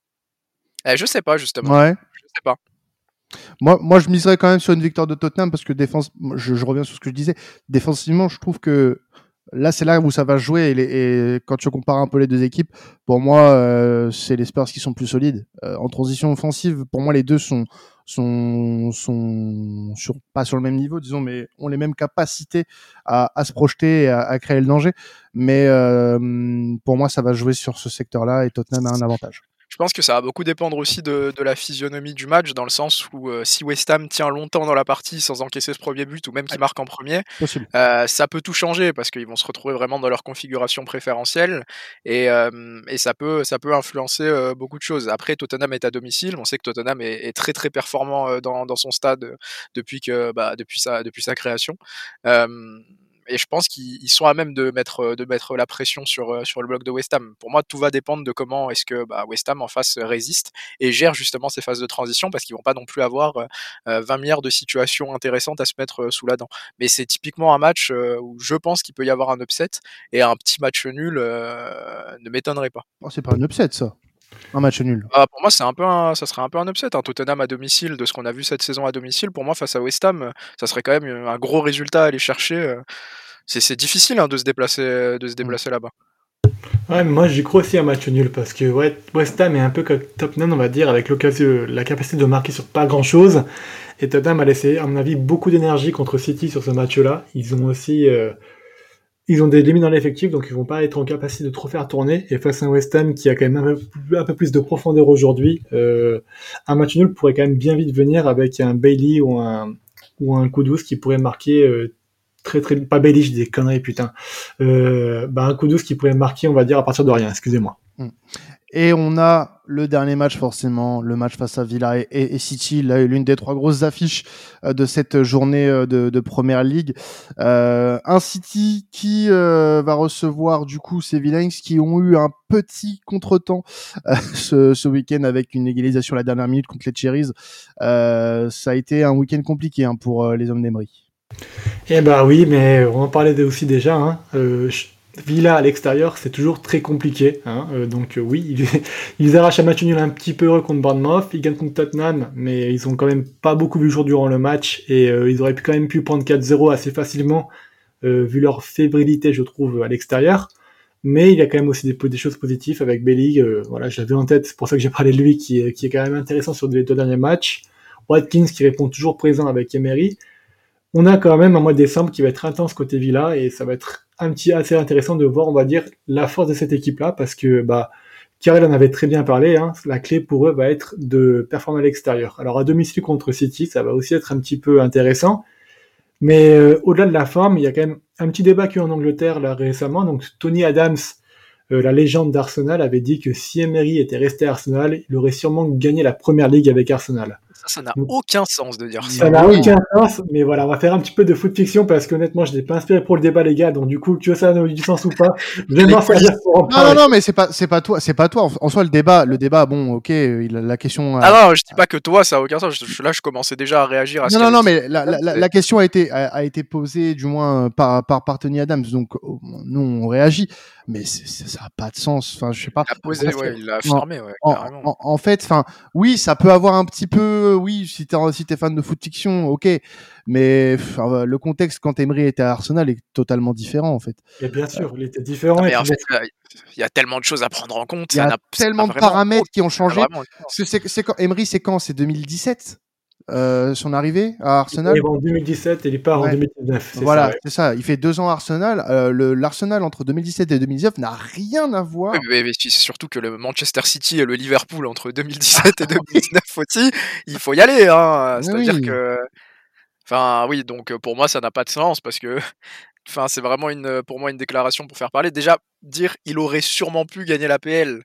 Eh, je sais pas justement. Ouais. Je sais pas. Moi, moi, je miserais quand même sur une victoire de Tottenham parce que défense, je, je reviens sur ce que je disais. Défensivement, je trouve que là, c'est là où ça va jouer. Et, les, et quand tu compares un peu les deux équipes, pour moi, euh, c'est les Spurs qui sont plus solides. Euh, en transition offensive, pour moi, les deux sont sont sont sur pas sur le même niveau, disons, mais ont les mêmes capacités à, à se projeter, et à, à créer le danger. Mais euh, pour moi, ça va jouer sur ce secteur-là et Tottenham a un avantage. Je pense que ça va beaucoup dépendre aussi de, de la physionomie du match, dans le sens où euh, si West Ham tient longtemps dans la partie sans encaisser ce premier but, ou même qu'il marque en premier, euh, ça peut tout changer, parce qu'ils vont se retrouver vraiment dans leur configuration préférentielle, et, euh, et ça, peut, ça peut influencer euh, beaucoup de choses. Après, Tottenham est à domicile, on sait que Tottenham est, est très très performant euh, dans, dans son stade euh, depuis, que, bah, depuis, sa, depuis sa création. Euh, Et je pense qu'ils sont à même de mettre, de mettre la pression sur, sur le bloc de West Ham. Pour moi, tout va dépendre de comment est-ce que bah, West Ham en face résiste et gère justement ces phases de transition, parce qu'ils vont pas non plus avoir euh, vingt milliards de situations intéressantes à se mettre sous la dent. Mais c'est typiquement un match euh, où je pense qu'il peut y avoir un upset, et un petit match nul euh, ne m'étonnerait pas. Oh, c'est pas un upset, ça. Un match nul. Ah, pour moi, c'est un peu un, ça serait un peu un upset. Un Tottenham à domicile, de ce qu'on a vu cette saison à domicile, pour moi, face à West Ham, ça serait quand même un gros résultat à aller chercher. C'est, c'est difficile hein, de se déplacer, de se déplacer là-bas. Ouais, mais moi j'y crois aussi un match nul parce que ouais, West Ham est un peu comme Tottenham, on va dire, avec l'occasion, la capacité de marquer sur pas grand-chose. Et Tottenham a laissé, à mon avis, beaucoup d'énergie contre City sur ce match-là. Ils ont aussi, euh, ils ont des limites dans l'effectif, donc ils vont pas être en capacité de trop faire tourner. Et face à un West Ham qui a quand même un peu, un peu plus de profondeur aujourd'hui, euh, un match nul pourrait quand même bien vite venir avec un Bailey ou un ou un Kudus qui pourrait marquer. Euh, très très pas Bailey, je dis des conneries putain. Euh, bah un coup douce qui pourrait marquer, on va dire à partir de rien. Excusez-moi. Et on a le dernier match forcément, le match face à Villa et, et, et City, là, l'une des trois grosses affiches euh, de cette journée euh, de, de Première Ligue. Euh, un City qui euh, va recevoir du coup ces Villains qui ont eu un petit contretemps euh, ce, ce week-end avec une égalisation à la dernière minute contre les Cherries. Euh, ça a été un week-end compliqué hein, pour euh, les hommes d'Emery. Eh bah oui, mais on en parlait aussi déjà. Hein. Euh, Villa à l'extérieur, c'est toujours très compliqué. Hein. Euh, donc euh, oui, ils, ils arrachent un match nul un petit peu heureux contre Bournemouth. Ils gagnent contre Tottenham, mais ils ont quand même pas beaucoup vu le jour durant le match. Et euh, ils auraient quand même pu prendre quatre zéro assez facilement, euh, vu leur fébrilité, je trouve, à l'extérieur. Mais il y a quand même aussi des, des choses positives avec Bailey. Euh, voilà, je l'avais en tête, c'est pour ça que j'ai parlé de lui, qui est, qui est quand même intéressant sur les deux derniers matchs. Watkins qui répond toujours présent avec Emery. On a quand même un mois de décembre qui va être intense côté Villa, et ça va être un petit assez intéressant de voir, on va dire, la force de cette équipe-là, parce que bah, Karel en avait très bien parlé, hein, la clé pour eux va être de performer à l'extérieur. Alors à domicile contre City, ça va aussi être un petit peu intéressant, mais euh, au-delà de la forme, il y a quand même un petit débat qu'il y a eu en Angleterre là récemment. Donc Tony Adams, euh, la légende d'Arsenal, avait dit que si Emery était resté à Arsenal, il aurait sûrement gagné la Première Ligue avec Arsenal. Ça, ça n'a Donc, aucun sens de dire ça. Ça n'a oui. aucun sens, mais voilà, on va faire un petit peu de foot fiction parce qu'honnêtement, je n'ai pas inspiré pour le débat, les gars. Donc du coup, que ça ait du sens ou pas, je vais m'en servir pour en parler. Non, non, non, mais c'est pas, c'est pas toi, c'est pas toi. En soi, le débat, le débat, bon, ok, il a, la question. Ah a... non, je dis pas que toi, ça a aucun sens. Je, là, je commençais déjà à réagir à. Non, non, non, mais la, la, la, la question a été, a, a été posée, du moins par, par, par Tony Adams. Donc nous, on réagit. Mais c'est, c'est, ça n'a pas de sens. Enfin, je sais pas. Il l'a posé, ouais, il l'a affirmé, ouais, en, en, en fait, enfin, oui, ça peut avoir un petit peu, oui, si t'es, si t'es fan de foot fiction, ok, mais enfin, le contexte quand Emery était à Arsenal est totalement différent, en fait. Et bien sûr, il était différent. Mais en fait, il y a tellement de choses à prendre en compte. Il y a tellement de paramètres qui ont changé. Parce que c'est, c'est quand Emery, c'est quand, c'est deux mille dix-sept. euh, son arrivée à Arsenal. Il arrive en deux mille dix-sept et il part ouais. en deux mille dix-neuf. C'est voilà, ça, ouais. c'est ça. Il fait deux ans à Arsenal. Euh, le, L'Arsenal entre deux mille dix-sept et deux mille dix-neuf n'a rien à voir. Oui, mais, mais c'est surtout que le Manchester City et le Liverpool entre deux mille dix-sept et deux mille dix-neuf aussi, il faut y aller. Hein. C'est-à-dire oui. que... Enfin, oui, donc pour moi, ça n'a pas de sens parce que... Enfin, c'est vraiment une, pour moi une déclaration pour faire parler. Déjà, dire il aurait sûrement pu gagner l'A P L.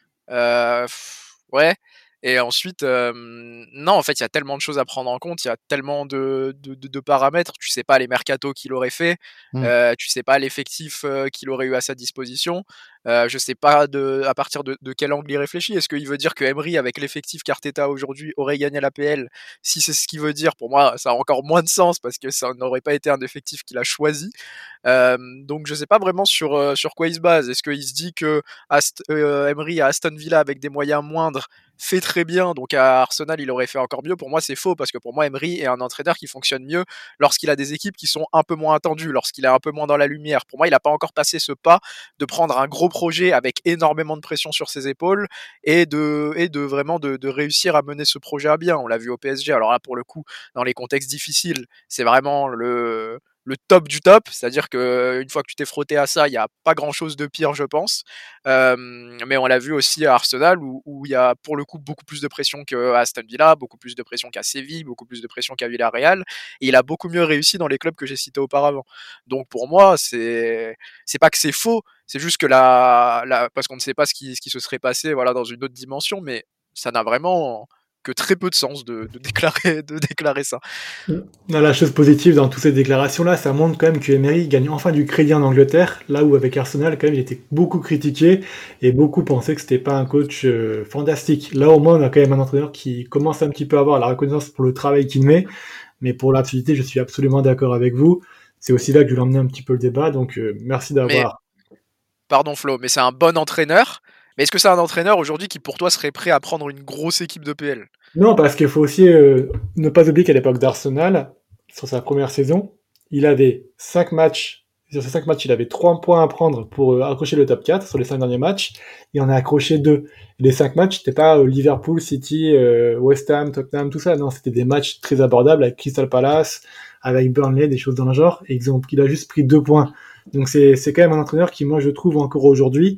Euh, ouais. Et ensuite, euh, non, en fait, il y a tellement de choses à prendre en compte, il y a tellement de, de, de, de paramètres. Tu sais pas les mercatos qu'il aurait fait, mmh. euh, tu sais pas l'effectif euh, qu'il aurait eu à sa disposition. Euh, je sais pas de, à partir de, de quel angle il réfléchit. Est-ce qu'il veut dire que Emery, avec l'effectif qu'Arteta aujourd'hui, aurait gagné l'A P L? Si c'est ce qu'il veut dire, pour moi, ça a encore moins de sens parce que ça n'aurait pas été un effectif qu'il a choisi. Euh, donc, je sais pas vraiment sur, euh, sur quoi il se base. Est-ce qu'il se dit que Ast- euh, Emery à Aston Villa, avec des moyens moindres, fait très bien, donc à Arsenal il aurait fait encore mieux? Pour moi c'est faux, parce que pour moi Emery est un entraîneur qui fonctionne mieux lorsqu'il a des équipes qui sont un peu moins attendues, lorsqu'il est un peu moins dans la lumière. Pour moi il n'a pas encore passé ce pas de prendre un gros projet avec énormément de pression sur ses épaules et de, et de vraiment de, de réussir à mener ce projet à bien. On l'a vu au P S G, alors là pour le coup dans les contextes difficiles c'est vraiment le... le top du top, c'est-à-dire que une fois que tu t'es frotté à ça, il n'y a pas grand-chose de pire, je pense. Euh, mais on l'a vu aussi à Arsenal, où, où il y a pour le coup beaucoup plus de pression qu'à Aston Villa, beaucoup plus de pression qu'à Séville, beaucoup plus de pression qu'à Villarreal, et il a beaucoup mieux réussi dans les clubs que j'ai cités auparavant. Donc pour moi, c'est c'est pas que c'est faux, c'est juste que la, la parce qu'on ne sait pas ce qui, ce qui se serait passé, voilà, dans une autre dimension, mais ça n'a vraiment que très peu de sens de, de, déclarer, de déclarer ça. Non, la chose positive dans toutes ces déclarations-là, ça montre quand même que Emery gagne enfin du crédit en Angleterre, là où avec Arsenal, quand même, il était beaucoup critiqué et beaucoup pensaient que c'était pas un coach euh, fantastique. Là, au moins, on a quand même un entraîneur qui commence un petit peu à avoir la reconnaissance pour le travail qu'il met, mais pour l'activité, je suis absolument d'accord avec vous. C'est aussi là que je voulais emmener un petit peu le débat, donc euh, merci d'avoir... Mais, pardon Flo, mais c'est un bon entraîneur. Mais est-ce que c'est un entraîneur aujourd'hui qui, pour toi, serait prêt à prendre une grosse équipe de P L? Non, parce qu'il faut aussi euh, ne pas oublier qu'à l'époque d'Arsenal, sur sa première saison, il avait cinq matchs. Sur ces cinq matchs, il avait trois points à prendre pour euh, accrocher le top quatre sur les cinq derniers matchs. Il en a accroché deux. Les cinq matchs, c'était pas euh, Liverpool, City, euh, West Ham, Tottenham, tout ça. Non, c'était des matchs très abordables avec Crystal Palace, avec Burnley, des choses dans le genre. Et ils ont, il a juste pris deux points. Donc c'est, c'est quand même un entraîneur qui, moi, je trouve encore aujourd'hui,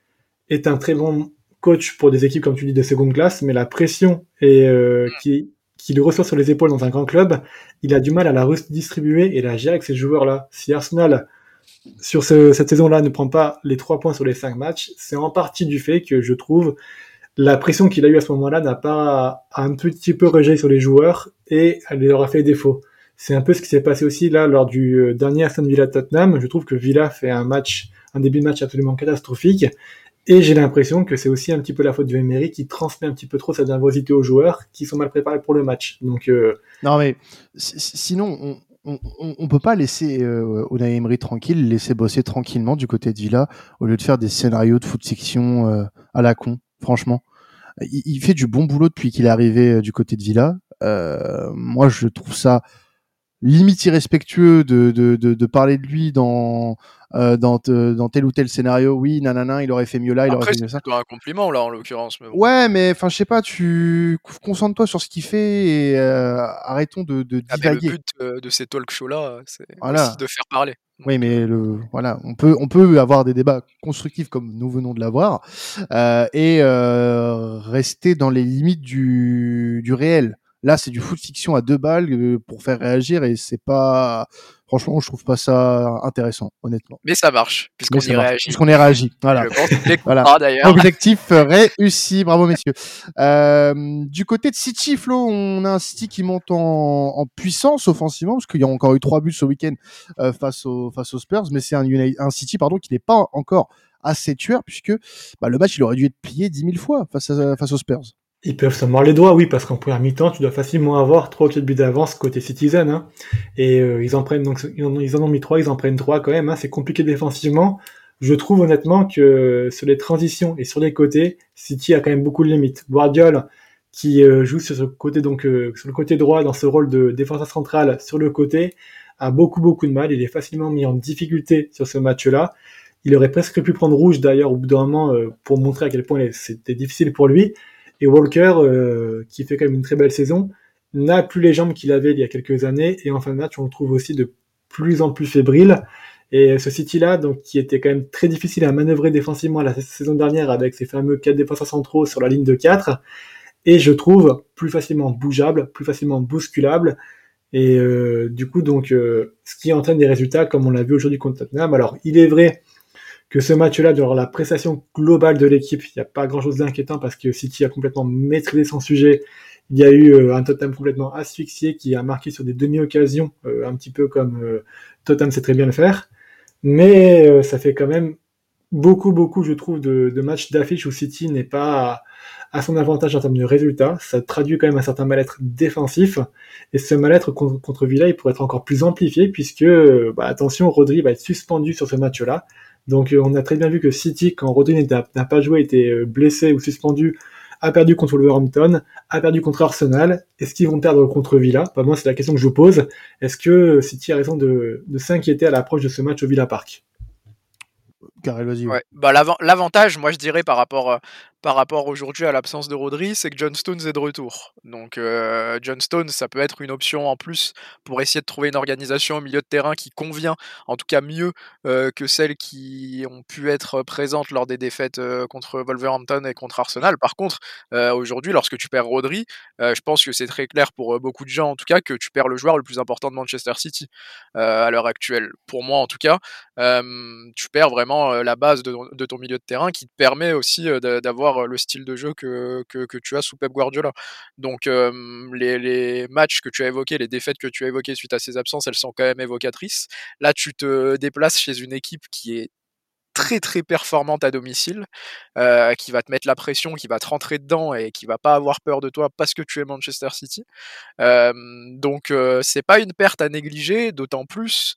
est un très bon coach pour des équipes, comme tu dis, de seconde classe, mais la pression et, euh, qui, qui le reçoit sur les épaules dans un grand club, il a du mal à la redistribuer et la gérer avec ces joueurs-là. Si Arsenal, sur ce, cette saison-là, ne prend pas les trois points sur les cinq matchs, c'est en partie du fait que je trouve la pression qu'il a eue à ce moment-là n'a pas un petit peu rejeté sur les joueurs et elle leur a fait défaut. C'est un peu ce qui s'est passé aussi là lors du dernier Aston Villa Tottenham. Je trouve que Villa fait un match, un début de match absolument catastrophique. Et j'ai l'impression que c'est aussi un petit peu la faute de Emery qui transmet un petit peu trop sa nervosité aux joueurs qui sont mal préparés pour le match. Donc, euh... Non, mais c- sinon, on, on, on, on peut pas laisser euh, Unai Emery tranquille, laisser bosser tranquillement du côté de Villa au lieu de faire des scénarios de foot fiction euh, à la con, franchement. Il, il fait du bon boulot depuis qu'il est arrivé euh, du côté de Villa. Euh, moi, je trouve ça limite irrespectueux de, de, de, de parler de lui dans, euh, dans, te, dans tel ou tel scénario. Oui, nanana, il aurait fait mieux là, il Après, aurait fait mieux c'est ça. plutôt un compliment, là, en l'occurrence. Mais bon. Ouais, mais enfin, je sais pas, tu concentre-toi sur ce qu'il fait et euh, arrêtons de, de ah, mais le divaguer. but euh, de ces talk shows-là, c'est Voilà. aussi de faire parler. Donc, oui, mais le, voilà, on peut, on peut avoir des débats constructifs comme nous venons de l'avoir euh, et euh, rester dans les limites du, du réel. Là, c'est du foot fiction à deux balles euh, pour faire réagir et c'est pas, franchement, je trouve pas ça intéressant, honnêtement. Mais ça marche, puisqu'on y marche, réagit. Puisqu'on y réagit, voilà. Je pense qu'il voilà. d'ailleurs. Objectif réussi, bravo messieurs. Euh, du côté de City, Flo, on a un City qui monte en, en puissance offensivement, parce qu'il y a encore eu trois buts ce week-end euh, face, au, face aux Spurs, mais c'est un, un City pardon, qui n'est pas encore assez tueur, puisque bah, le match il aurait dû être plié dix mille fois face, à, face aux Spurs. Ils peuvent se mordre les doigts, oui, parce qu'en première mi-temps, tu dois facilement avoir trois ou quatre buts d'avance côté Citizen, hein. Et euh, ils en prennent donc ils en, ils en ont mis trois, ils en prennent trois quand même, hein. C'est compliqué défensivement. Je trouve honnêtement que sur les transitions et sur les côtés, City a quand même beaucoup de limites. Guardiola qui euh, joue sur ce côté donc euh, sur le côté droit dans ce rôle de défenseur central sur le côté a beaucoup beaucoup de mal. Il est facilement mis en difficulté sur ce match-là. Il aurait presque pu prendre rouge d'ailleurs au bout d'un moment euh, pour montrer à quel point c'était difficile pour lui. Et Walker, euh, qui fait quand même une très belle saison, n'a plus les jambes qu'il avait il y a quelques années, et en fin de match, on le trouve aussi de plus en plus fébrile. Et ce City-là, donc, qui était quand même très difficile à manœuvrer défensivement la saison dernière avec ses fameux quatre défenseurs centraux sur la ligne de quatre, et je trouve plus facilement bougeable, plus facilement bousculable, et euh, du coup, donc, euh, ce qui entraîne des résultats comme on l'a vu aujourd'hui contre Tottenham. Alors, il est vrai que ce match-là, dans la prestation globale de l'équipe, il n'y a pas grand-chose d'inquiétant parce que City a complètement maîtrisé son sujet. Il y a eu euh, un Tottenham complètement asphyxié qui a marqué sur des demi-occasions, euh, un petit peu comme euh, Tottenham sait très bien le faire. Mais euh, ça fait quand même beaucoup, beaucoup, je trouve, de, de matchs d'affiche où City n'est pas à, à son avantage en termes de résultats. Ça traduit quand même un certain mal-être défensif. Et ce mal-être contre, contre Villa, il pourrait être encore plus amplifié puisque, bah, attention, Rodri va être suspendu sur ce match-là. Donc, euh, on a très bien vu que City, quand Rodri n'a, n'a pas joué, était euh, blessé ou suspendu, a perdu contre Wolverhampton, a perdu contre Arsenal. Est-ce qu'ils vont perdre contre Villa? Bah, moi, c'est la question que je vous pose. Est-ce que City a raison de, de s'inquiéter à l'approche de ce match au Villa Park? Garel, vas-y. Ouais. Bah, l'av- l'avantage, moi je dirais par rapport, euh, par rapport aujourd'hui à l'absence de Rodri, c'est que John Stones est de retour. Donc euh, John Stones, ça peut être une option en plus pour essayer de trouver une organisation au milieu de terrain qui convient, en tout cas mieux euh, que celles qui ont pu être présentes lors des défaites euh, contre Wolverhampton et contre Arsenal. Par contre, euh, aujourd'hui, lorsque tu perds Rodri, euh, je pense que c'est très clair pour euh, beaucoup de gens en tout cas que tu perds le joueur le plus important de Manchester City euh, à l'heure actuelle. Pour moi en tout cas, euh, tu perds vraiment euh, la base de, de ton milieu de terrain qui te permet aussi euh, de, d'avoir le style de jeu que, que, que tu as sous Pep Guardiola. Donc euh, les, les matchs que tu as évoqués, les défaites que tu as évoquées suite à ces absences, elles sont quand même évocatrices. Là, tu te déplaces chez une équipe qui est très très performante à domicile, euh, qui va te mettre la pression, qui va te rentrer dedans et qui va pas avoir peur de toi parce que tu es Manchester City. Euh, donc euh, c'est pas une perte à négliger, d'autant plus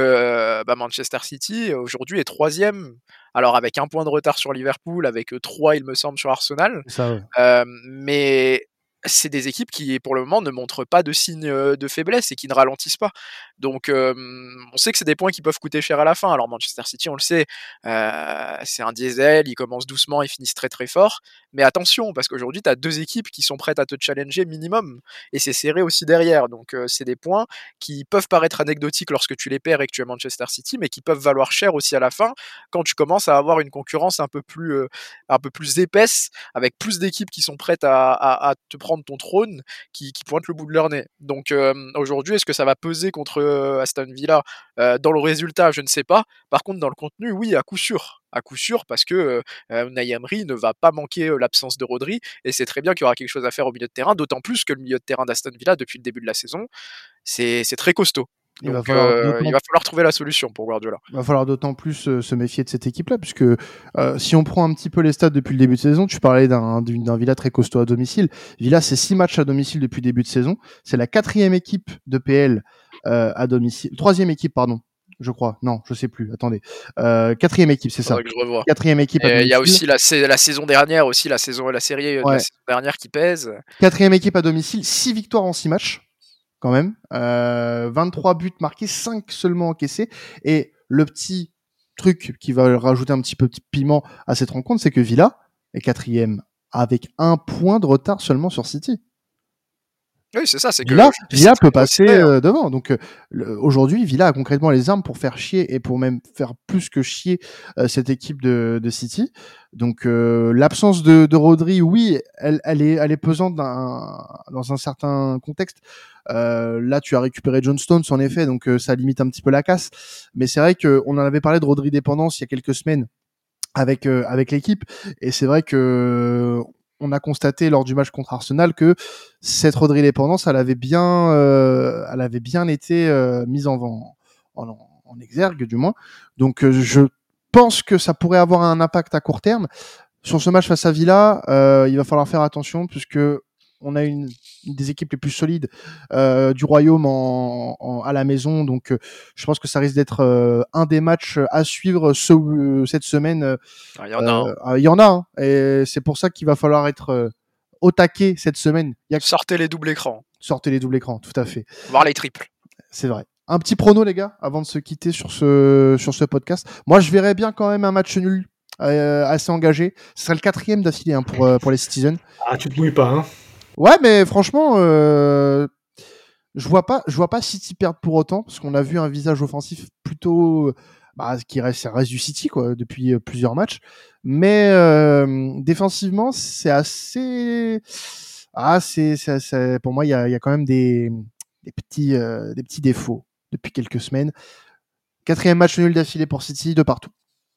que bah, Manchester City aujourd'hui est troisième, alors avec un point de retard sur Liverpool, avec trois il me semble sur Arsenal, C'est ça, ouais. euh, mais c'est des équipes qui pour le moment ne montrent pas de signes de faiblesse et qui ne ralentissent pas. Donc euh, on sait que c'est des points qui peuvent coûter cher à la fin. Alors Manchester City, on le sait, euh, c'est un diesel, ils commencent doucement, ils finissent très très fort. Mais attention, parce qu'aujourd'hui, tu as deux équipes qui sont prêtes à te challenger minimum. Et c'est serré aussi derrière. Donc euh, c'est des points qui peuvent paraître anecdotiques lorsque tu les perds et que tu es Manchester City, mais qui peuvent valoir cher aussi à la fin quand tu commences à avoir une concurrence un peu plus, euh, un peu plus épaisse, avec plus d'équipes qui sont prêtes à, à, à te prendre ton trône, qui, qui pointent le bout de leur nez. Donc euh, aujourd'hui, est-ce que ça va peser contre euh, Aston Villa euh, dans le résultat? Je ne sais pas. Par contre, dans le contenu, oui, à coup sûr. À coup sûr, parce que euh, Unai Emery ne va pas manquer euh, l'absence de Rodri, et c'est très bien qu'il y aura quelque chose à faire au milieu de terrain, d'autant plus que le milieu de terrain d'Aston Villa, depuis le début de la saison, c'est, c'est très costaud. Il va Donc falloir euh, d'autant il va falloir trouver la solution pour Guardiola. Il va falloir d'autant plus euh, se méfier de cette équipe-là, puisque euh, si on prend un petit peu les stats depuis le début de saison, tu parlais d'un, d'un, d'un Villa très costaud à domicile. Villa, c'est six matchs à domicile depuis le début de saison. C'est la quatrième équipe de P L euh, à domicile. Troisième équipe, pardon, je crois. Non, je sais plus. Attendez. Euh, quatrième équipe, c'est Faudrait ça. que je revoie. Quatrième équipe à Et il domicile. y a aussi la, la saison dernière, aussi la saison, la série de Ouais. la saison dernière qui pèse. Quatrième équipe à domicile, six victoires en six matchs, quand même. Euh, vingt-trois buts marqués, cinq seulement encaissés. Et le petit truc qui va rajouter un petit peu de piment à cette rencontre, c'est que Villa est quatrième avec un point de retard seulement sur City. Oui, c'est ça. C'est que Villa, Villa peut c'est passer très, hein. euh, devant. Donc euh, le, aujourd'hui, Villa a concrètement les armes pour faire chier et pour même faire plus que chier euh, cette équipe de, de City. Donc euh, l'absence de, de Rodri, oui, elle, elle est, elle est pesante dans, dans un certain contexte. Euh, là, tu as récupéré John Stones, en effet, donc euh, ça limite un petit peu la casse. Mais c'est vrai qu'on en avait parlé de Rodri dépendance il y a quelques semaines avec euh, avec l'équipe, et c'est vrai que on a constaté lors du match contre Arsenal que cette Rodri dépendance, elle avait bien, euh, elle avait bien été euh, mise en, en, en, en exergue du moins. Donc euh, je pense que ça pourrait avoir un impact à court terme sur ce match face à Villa. Euh, il va falloir faire attention puisque on a une, une des équipes les plus solides euh, du royaume en, en, à la maison, donc euh, je pense que ça risque d'être euh, un des matchs à suivre ce, euh, cette semaine. Euh, Il y en a un. euh, il y en a, hein, et c'est pour ça qu'il va falloir être euh, au taquet cette semaine. Il y a... Sortez les doubles écrans. Sortez les doubles écrans, tout à fait. Voir les triples. C'est vrai. Un petit prono, les gars, avant de se quitter sur ce, sur ce podcast. Moi, je verrais bien quand même un match nul euh, assez engagé. Ce serait le quatrième d'affilée hein, pour, euh, pour les Citizens. Ah, tu te mouilles pas, hein. Ouais, mais franchement, euh, je vois pas, je vois pas City perdre pour autant, parce qu'on a vu un visage offensif plutôt, bah, qui reste, ça reste du City quoi, depuis euh, plusieurs matchs. Mais euh, défensivement, c'est assez, ah, c'est, c'est, c'est- pour moi, il y a, il y a quand même des, des petits, euh, des petits défauts depuis quelques semaines. Quatrième match nul d'affilée pour City de partout.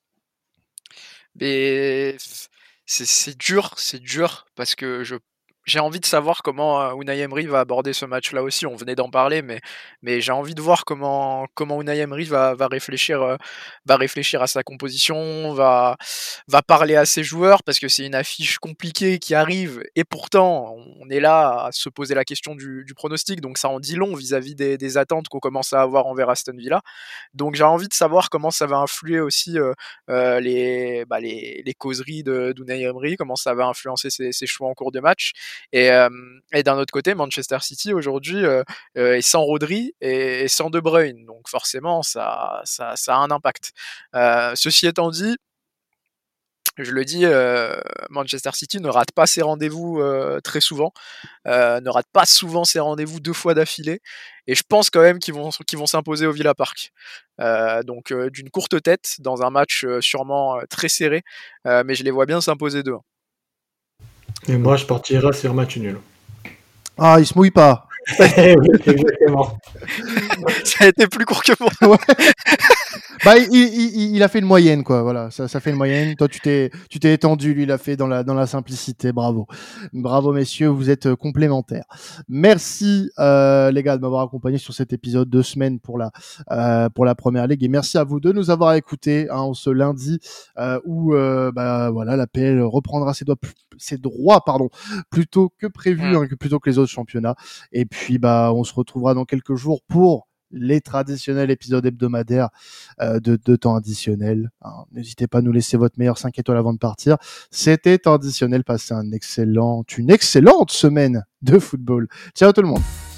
Mais c'est c'est dur, c'est dur parce que je j'ai envie de savoir comment euh, Unai Emery va aborder ce match-là aussi. On venait d'en parler, mais mais j'ai envie de voir comment comment Unai Emery va va réfléchir euh, va réfléchir à sa composition, va va parler à ses joueurs parce que c'est une affiche compliquée qui arrive et pourtant on est là à se poser la question du, du pronostic, donc ça en dit long vis-à-vis des, des attentes qu'on commence à avoir envers Aston Villa. Donc j'ai envie de savoir comment ça va influer aussi euh, euh, les, bah, les, les causeries de d'Unai Emery, comment ça va influencer ses, ses choix en cours de match. Et, euh, et d'un autre côté, Manchester City aujourd'hui euh, euh, est sans Rodri et, et sans De Bruyne, donc forcément ça, ça, ça a un impact. Euh, ceci étant dit, je le dis, euh, Manchester City ne rate pas ses rendez-vous euh, très souvent, euh, ne rate pas souvent ses rendez-vous deux fois d'affilée, et je pense quand même qu'ils vont, qu'ils vont s'imposer au Villa Park. Euh, donc euh, d'une courte tête, dans un match euh, sûrement euh, très serré, euh, mais je les vois bien s'imposer deux un. Et moi, je partirai sur match nul. Ah, il se mouille pas. Oui, exactement. Ça a été plus court que moi. Ouais. Bah, il, il, il, il a fait une moyenne, quoi. Voilà, ça, ça fait une moyenne. Toi, tu t'es, tu t'es étendu. Lui, il a fait dans la, dans la simplicité. Bravo, bravo, messieurs. Vous êtes euh, complémentaires. Merci, euh, les gars, de m'avoir accompagné sur cet épisode de semaine pour la, euh, pour la première ligue. Et merci à vous de nous avoir écoutés, hein, ce lundi euh, où, euh, bah, voilà, la P L reprendra ses, doigts, ses droits, pardon, plutôt que prévu, hein, que plutôt que les autres championnats. Et puis, bah, on se retrouvera dans quelques jours pour les traditionnels épisodes hebdomadaires euh, de, de temps additionnel. Hein. N'hésitez pas à nous laisser votre meilleur cinq étoiles avant de partir. C'était temps additionnel. Passez un excellent, une excellente semaine de football. Ciao tout le monde.